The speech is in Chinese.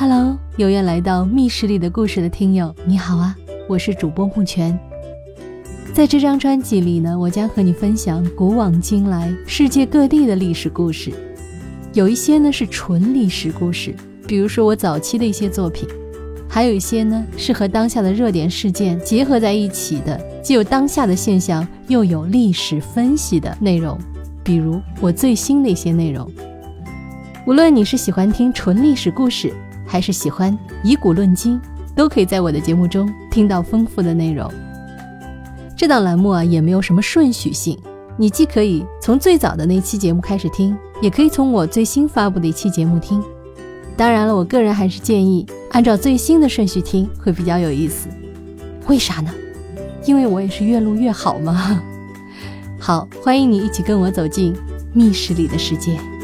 Hello， 有缘来到密室里的故事的听友，你好啊，我是主播木泉。在这张专辑里呢，我将和你分享古往今来世界各地的历史故事，有一些呢是纯历史故事，比如说我早期的一些作品，还有一些呢是和当下的热点事件结合在一起的，既有当下的现象，又有历史分析的内容，比如我最新的一些内容。无论你是喜欢听纯历史故事，还是喜欢以古论今，都可以在我的节目中听到丰富的内容。这档栏目啊，也没有什么顺序性，你既可以从最早的那期节目开始听，也可以从我最新发布的一期节目听。当然了，我个人还是建议按照最新的顺序听，会比较有意思。为啥呢？因为我也是越录越好嘛。好，欢迎你一起跟我走进密室里的世界。